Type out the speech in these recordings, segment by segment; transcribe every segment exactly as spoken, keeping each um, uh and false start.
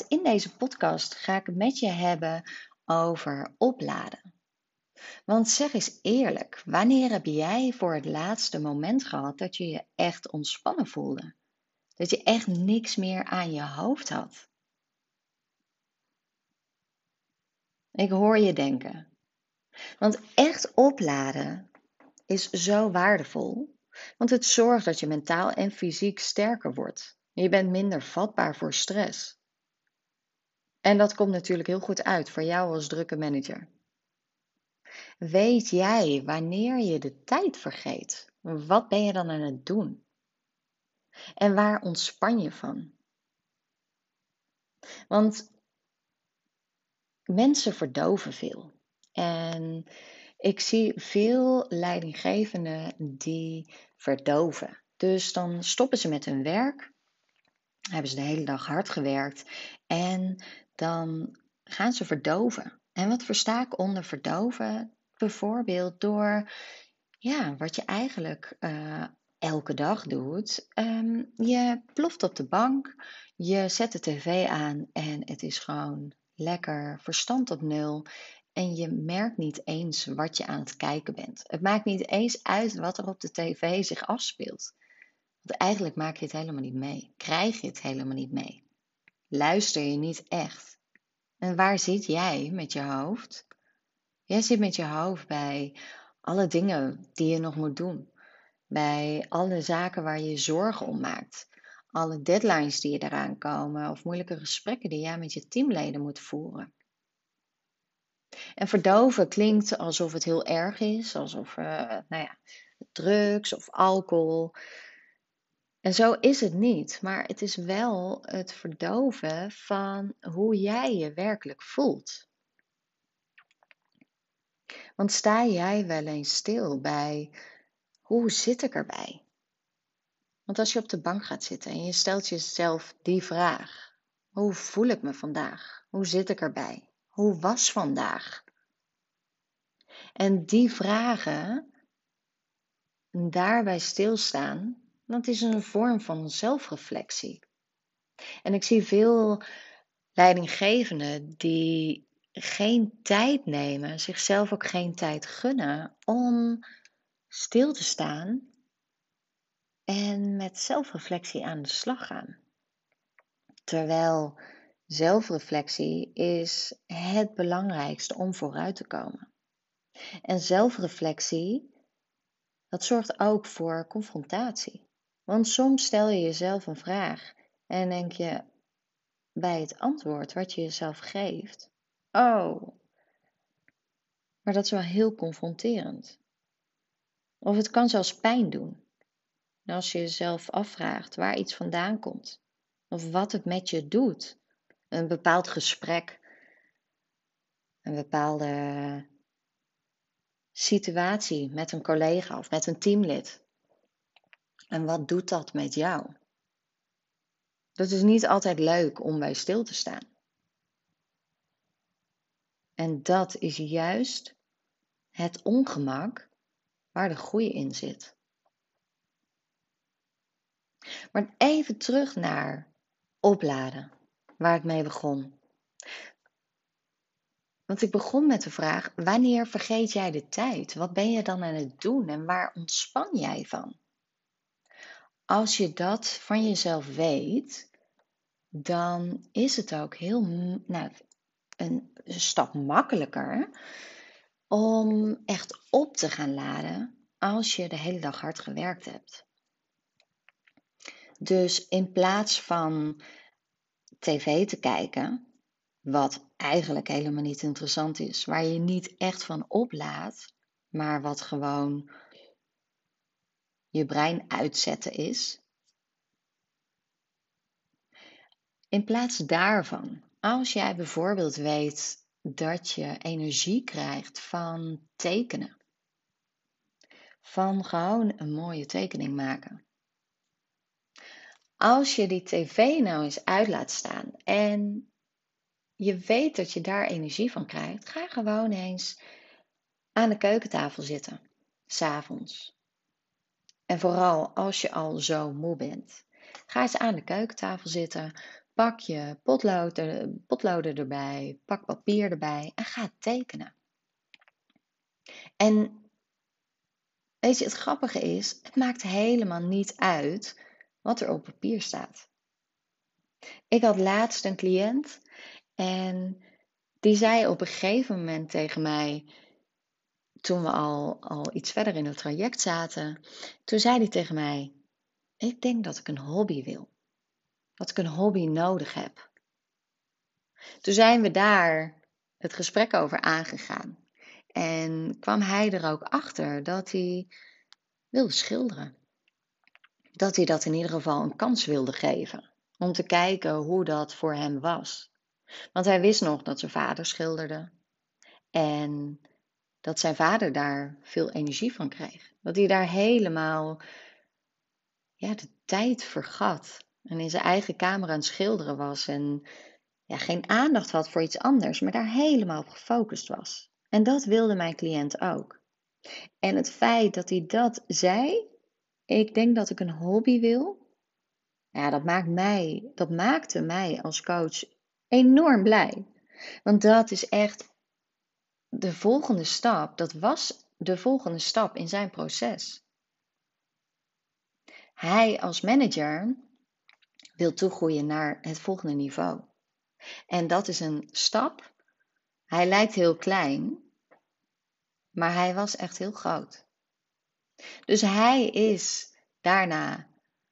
in deze podcast ga ik het met je hebben over opladen. Want zeg eens eerlijk, wanneer heb jij voor het laatste moment gehad dat je je echt ontspannen voelde? Dat je echt niks meer aan je hoofd had? Ik hoor je denken. Want echt opladen is zo waardevol. Want het zorgt dat je mentaal en fysiek sterker wordt. Je bent minder vatbaar voor stress. En dat komt natuurlijk heel goed uit voor jou als drukke manager. Weet jij wanneer je de tijd vergeet? Wat ben je dan aan het doen? En waar ontspan je van? Want mensen verdoven veel. En ik zie veel leidinggevenden die verdoven. Dus dan stoppen ze met hun werk, hebben ze de hele dag hard gewerkt en dan gaan ze verdoven. En wat versta ik onder verdoven? Bijvoorbeeld door ja, wat je eigenlijk eh, elke dag doet. Ehm, je ploft op de bank, je zet de tv aan en het is gewoon lekker verstand op nul. En je merkt niet eens wat je aan het kijken bent. Het maakt niet eens uit wat er op de tv zich afspeelt. Want eigenlijk maak je het helemaal niet mee. Krijg je het helemaal niet mee. Luister je niet echt. En waar zit jij met je hoofd? Jij zit met je hoofd bij alle dingen die je nog moet doen. Bij alle zaken waar je je zorgen om maakt. Alle deadlines die je eraan komen. Of moeilijke gesprekken die jij met je teamleden moet voeren. En verdoven klinkt alsof het heel erg is. Alsof uh, nou ja, drugs of alcohol. En zo is het niet. Maar het is wel het verdoven van hoe jij je werkelijk voelt. Want sta jij wel eens stil bij hoe zit ik erbij? Want als je op de bank gaat zitten en je stelt jezelf die vraag: hoe voel ik me vandaag? Hoe zit ik erbij? Hoe was vandaag? En die vragen, daarbij stilstaan, dat is een vorm van zelfreflectie. En ik zie veel leidinggevenden die geen tijd nemen, zichzelf ook geen tijd gunnen om stil te staan en met zelfreflectie aan de slag gaan. Terwijl zelfreflectie is het belangrijkste om vooruit te komen. En zelfreflectie, dat zorgt ook voor confrontatie. Want soms stel je jezelf een vraag en denk je bij het antwoord wat je jezelf geeft: oh, maar dat is wel heel confronterend. Of het kan zelfs pijn doen. Als je jezelf afvraagt waar iets vandaan komt. Of wat het met je doet. Een bepaald gesprek. Een bepaalde situatie met een collega of met een teamlid. En wat doet dat met jou? Dat is niet altijd leuk om bij stil te staan. En dat is juist het ongemak waar de groei in zit. Maar even terug naar opladen, waar ik mee begon. Want ik begon met de vraag: wanneer vergeet jij de tijd? Wat ben je dan aan het doen en waar ontspan jij van? Als je dat van jezelf weet, dan is het ook heel, nou, een stap makkelijker om echt op te gaan laden als je de hele dag hard gewerkt hebt. Dus in plaats van tv te kijken, wat eigenlijk helemaal niet interessant is, waar je niet echt van oplaadt, maar wat gewoon je brein uitzetten is. In plaats daarvan, als jij bijvoorbeeld weet dat je energie krijgt van tekenen, van gewoon een mooie tekening maken. Als je die tv nou eens uit laat staan en je weet dat je daar energie van krijgt, ga gewoon eens aan de keukentafel zitten, 's avonds. En vooral als je al zo moe bent. Ga eens aan de keukentafel zitten, pak je potlood er, potloden erbij, pak papier erbij en ga tekenen. En weet je, het grappige is, het maakt helemaal niet uit wat er op papier staat. Ik had laatst een cliënt en die zei op een gegeven moment tegen mij, toen we al, al iets verder in het traject zaten, toen zei hij tegen mij, ik denk dat ik een hobby wil. Dat ik een hobby nodig heb. Toen zijn we daar het gesprek over aangegaan. En kwam hij er ook achter dat hij wilde schilderen. Dat hij dat in ieder geval een kans wilde geven. Om te kijken hoe dat voor hem was. Want hij wist nog dat zijn vader schilderde. En dat zijn vader daar veel energie van kreeg. Dat hij daar helemaal ja, de tijd vergat. En in zijn eigen kamer aan het schilderen was. En ja, geen aandacht had voor iets anders. Maar daar helemaal op gefocust was. En dat wilde mijn cliënt ook. En het feit dat hij dat zei. Ik denk dat ik een hobby wil. Ja, dat maakt mij, dat maakte mij als coach enorm blij. Want dat is echt de volgende stap. Dat was de volgende stap in zijn proces. Hij als manager wil toegroeien naar het volgende niveau. En dat is een stap. Hij lijkt heel klein, maar hij was echt heel groot. Dus hij is daarna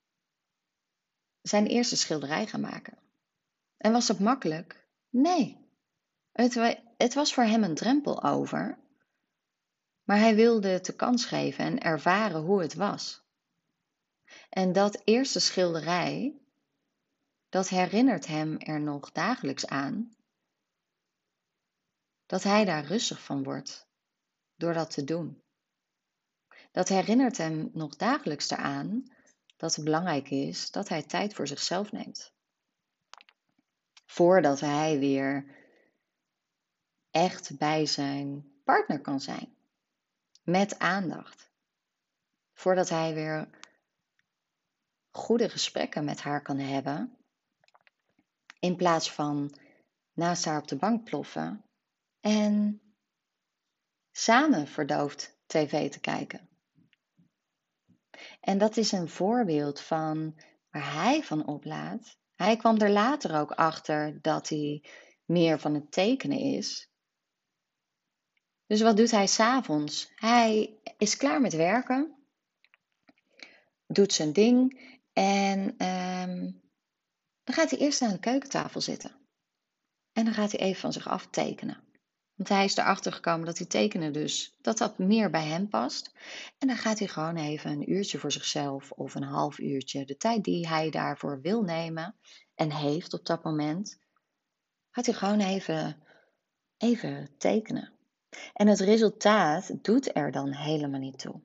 zijn eerste schilderij gaan maken. En was dat makkelijk? Nee. Het, het was voor hem een drempel over. Maar hij wilde het de kans geven en ervaren hoe het was. En dat eerste schilderij, dat herinnert hem er nog dagelijks aan. Dat hij daar rustig van wordt door dat te doen. Dat herinnert hem nog dagelijks eraan dat het belangrijk is dat hij tijd voor zichzelf neemt. Voordat hij weer echt bij zijn partner kan zijn. Met aandacht. Voordat hij weer goede gesprekken met haar kan hebben. In plaats van naast haar op de bank ploffen. En samen verdoofd tv te kijken. En dat is een voorbeeld van waar hij van oplaat. Hij kwam er later ook achter dat hij meer van het tekenen is. Dus wat doet hij 's avonds? Hij is klaar met werken. Doet zijn ding. En um, dan gaat hij eerst aan de keukentafel zitten. En dan gaat hij even van zich af tekenen. Want hij is erachter gekomen dat hij tekenen dus, dat dat meer bij hem past. En dan gaat hij gewoon even een uurtje voor zichzelf of een half uurtje, de tijd die hij daarvoor wil nemen en heeft op dat moment, gaat hij gewoon even, even tekenen. En het resultaat doet er dan helemaal niet toe.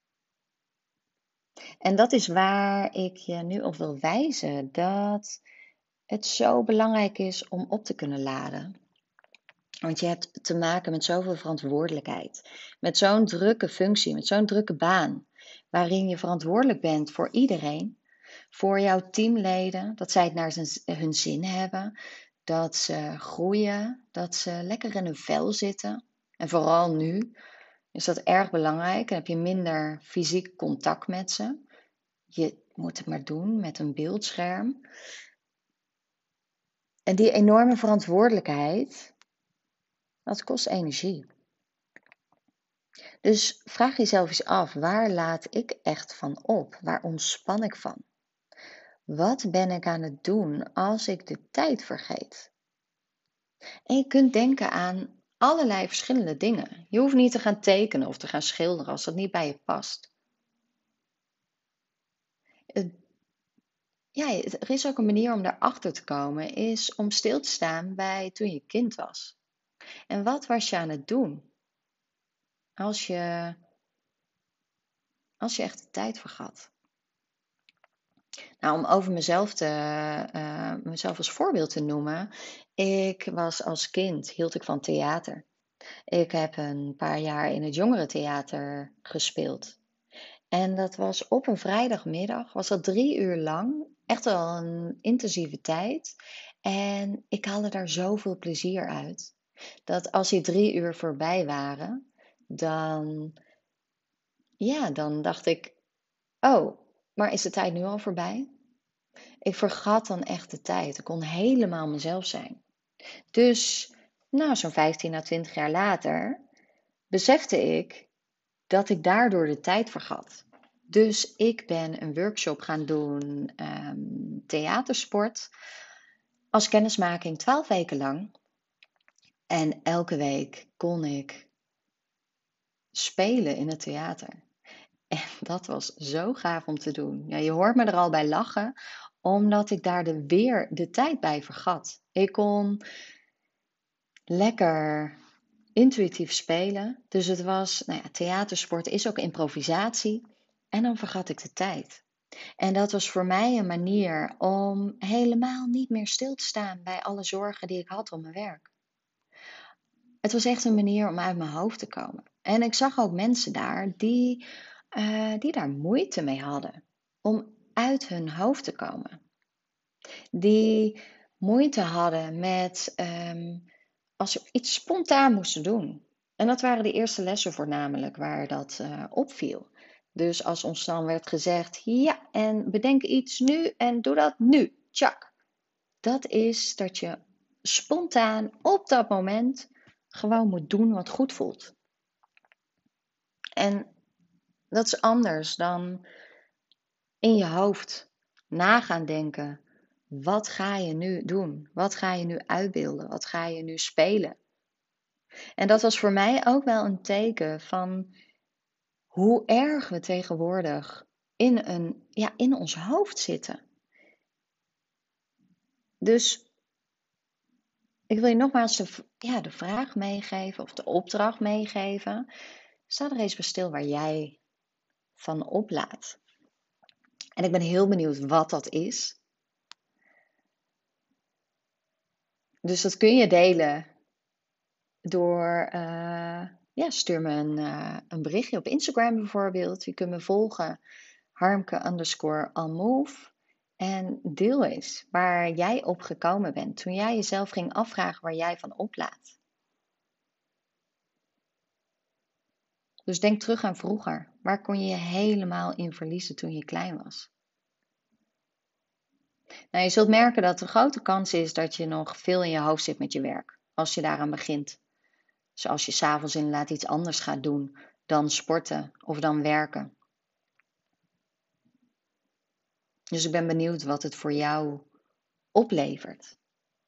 En dat is waar ik je nu op wil wijzen, dat het zo belangrijk is om op te kunnen laden. Want je hebt te maken met zoveel verantwoordelijkheid. Met zo'n drukke functie, met zo'n drukke baan. Waarin je verantwoordelijk bent voor iedereen. Voor jouw teamleden, dat zij het naar hun zin hebben. Dat ze groeien, dat ze lekker in hun vel zitten. En vooral nu is dat erg belangrijk. Dan heb je minder fysiek contact met ze. Je moet het maar doen met een beeldscherm. En die enorme verantwoordelijkheid, dat kost energie. Dus vraag jezelf eens af, waar laat ik echt van op? Waar ontspan ik van? Wat ben ik aan het doen als ik de tijd vergeet? En je kunt denken aan allerlei verschillende dingen. Je hoeft niet te gaan tekenen of te gaan schilderen als dat niet bij je past. Het, ja, er is ook een manier om daarachter te komen, is om stil te staan bij toen je kind was. En wat was je aan het doen? Als je, als je echt de tijd vergat. Nou, om over mezelf, te, uh, mezelf als voorbeeld te noemen. Ik was als kind, hield ik van theater. Ik heb een paar jaar in het jongerentheater gespeeld. En dat was op een vrijdagmiddag, was dat drie uur lang. Echt wel een intensieve tijd. En ik haalde daar zoveel plezier uit. Dat als die drie uur voorbij waren, dan, ja, dan dacht ik, oh, maar is de tijd nu al voorbij? Ik vergat dan echt de tijd. Ik kon helemaal mezelf zijn. Dus, nou, zo'n vijftien à twintig jaar later, besefte ik dat ik daardoor de tijd vergat. Dus ik ben een workshop gaan doen, ehm, theatersport, als kennismaking twaalf weken lang. En elke week kon ik spelen in het theater. En dat was zo gaaf om te doen. Ja, je hoort me er al bij lachen, omdat ik daar de, weer de tijd bij vergat. Ik kon lekker intuïtief spelen. Dus het was, nou ja, theatersport is ook improvisatie. En dan vergat ik de tijd. En dat was voor mij een manier om helemaal niet meer stil te staan bij alle zorgen die ik had om mijn werk. Het was echt een manier om uit mijn hoofd te komen. En ik zag ook mensen daar die, uh, die daar moeite mee hadden om uit hun hoofd te komen. Die moeite hadden met um, als ze iets spontaan moesten doen. En dat waren de eerste lessen voornamelijk waar dat uh, opviel. Dus als ons dan werd gezegd, ja, en bedenk iets nu en doe dat nu, tjak. Dat is dat je spontaan op dat moment gewoon moet doen wat goed voelt. En dat is anders dan in je hoofd na gaan denken. Wat ga je nu doen? Wat ga je nu uitbeelden? Wat ga je nu spelen? En dat was voor mij ook wel een teken van hoe erg we tegenwoordig in, een, ja, in ons hoofd zitten. Dus ik wil je nogmaals de, ja, de vraag meegeven of de opdracht meegeven. Sta er eens bij stil waar jij van oplaat. En ik ben heel benieuwd wat dat is. Dus dat kun je delen door, uh, ja, stuur me een, uh, een berichtje op Instagram bijvoorbeeld. Je kunt me volgen, harmke underscore almove. En deel eens waar jij op gekomen bent toen jij jezelf ging afvragen waar jij van oplaat. Dus denk terug aan vroeger. Waar kon je je helemaal in verliezen toen je klein was? Nou, je zult merken dat de grote kans is dat je nog veel in je hoofd zit met je werk. Als je daaraan begint. Zoals je 's avonds inderdaad iets anders gaat doen dan sporten of dan werken. Dus ik ben benieuwd wat het voor jou oplevert.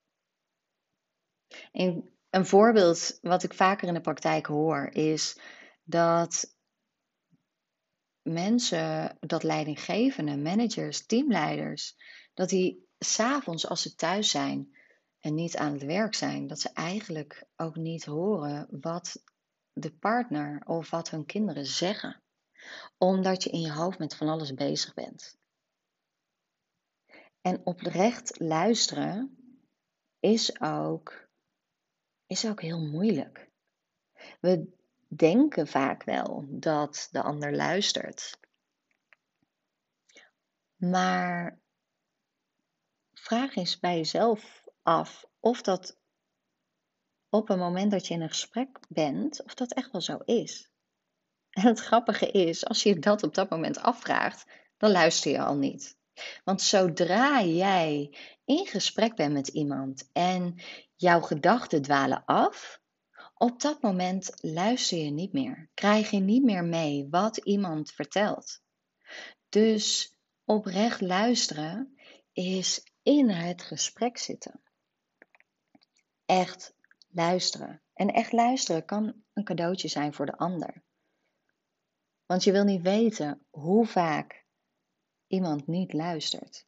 En een voorbeeld wat ik vaker in de praktijk hoor is dat mensen, dat leidinggevenden, managers, teamleiders, dat die 's avonds als ze thuis zijn en niet aan het werk zijn, dat ze eigenlijk ook niet horen wat de partner of wat hun kinderen zeggen. Omdat je in je hoofd met van alles bezig bent. En oprecht luisteren is ook, is ook heel moeilijk. We denken vaak wel dat de ander luistert. Maar vraag eens bij jezelf af of dat op een moment dat je in een gesprek bent, of dat echt wel zo is. En het grappige is, als je dat op dat moment afvraagt, dan luister je al niet. Want zodra jij in gesprek bent met iemand en jouw gedachten dwalen af, op dat moment luister je niet meer. Krijg je niet meer mee wat iemand vertelt. Dus oprecht luisteren is in het gesprek zitten. Echt luisteren. En echt luisteren kan een cadeautje zijn voor de ander. Want je wil niet weten hoe vaak iemand niet luistert.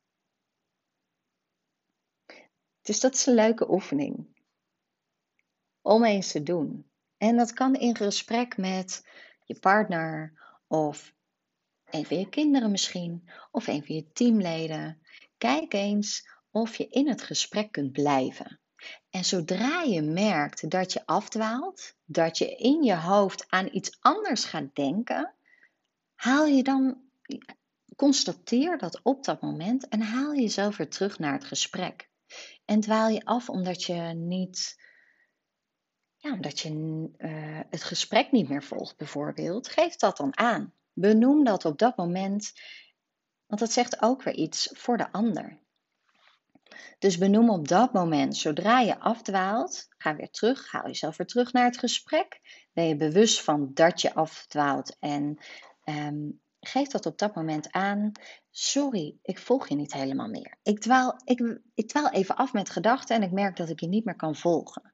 Dus dat is een leuke oefening om eens te doen. En dat kan in gesprek met je partner of een van je kinderen misschien, of een van je teamleden. Kijk eens of je in het gesprek kunt blijven. En zodra je merkt dat je afdwaalt, dat je in je hoofd aan iets anders gaat denken, haal je dan, constateer dat op dat moment en haal jezelf weer terug naar het gesprek. En dwaal je af omdat je niet, ja, omdat je uh, het gesprek niet meer volgt bijvoorbeeld, geef dat dan aan. Benoem dat op dat moment, want dat zegt ook weer iets voor de ander. Dus benoem op dat moment, zodra je afdwaalt, ga weer terug, haal jezelf weer terug naar het gesprek. Ben je bewust van dat je afdwaalt en um, geef dat op dat moment aan. Sorry, ik volg je niet helemaal meer. Ik dwaal, ik, ik dwaal even af met gedachten en ik merk dat ik je niet meer kan volgen.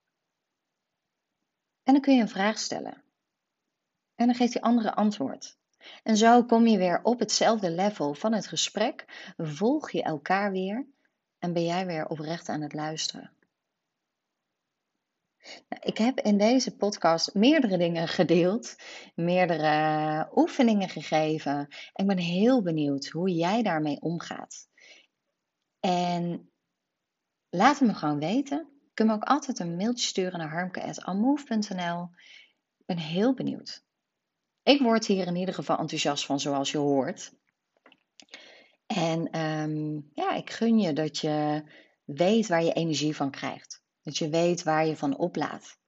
En dan kun je een vraag stellen. En dan geeft die andere antwoord. En zo kom je weer op hetzelfde level van het gesprek, volg je elkaar weer en ben jij weer oprecht aan het luisteren. Nou, ik heb in deze podcast meerdere dingen gedeeld, meerdere oefeningen gegeven. Ik ben heel benieuwd hoe jij daarmee omgaat. En laat het me gewoon weten. Je kunt me ook altijd een mailtje sturen naar harmke at almove punt n l. Ik ben heel benieuwd. Ik word hier in ieder geval enthousiast van, zoals je hoort. En um, ja, ik gun je dat je weet waar je energie van krijgt. Dat je weet waar je van oplaadt.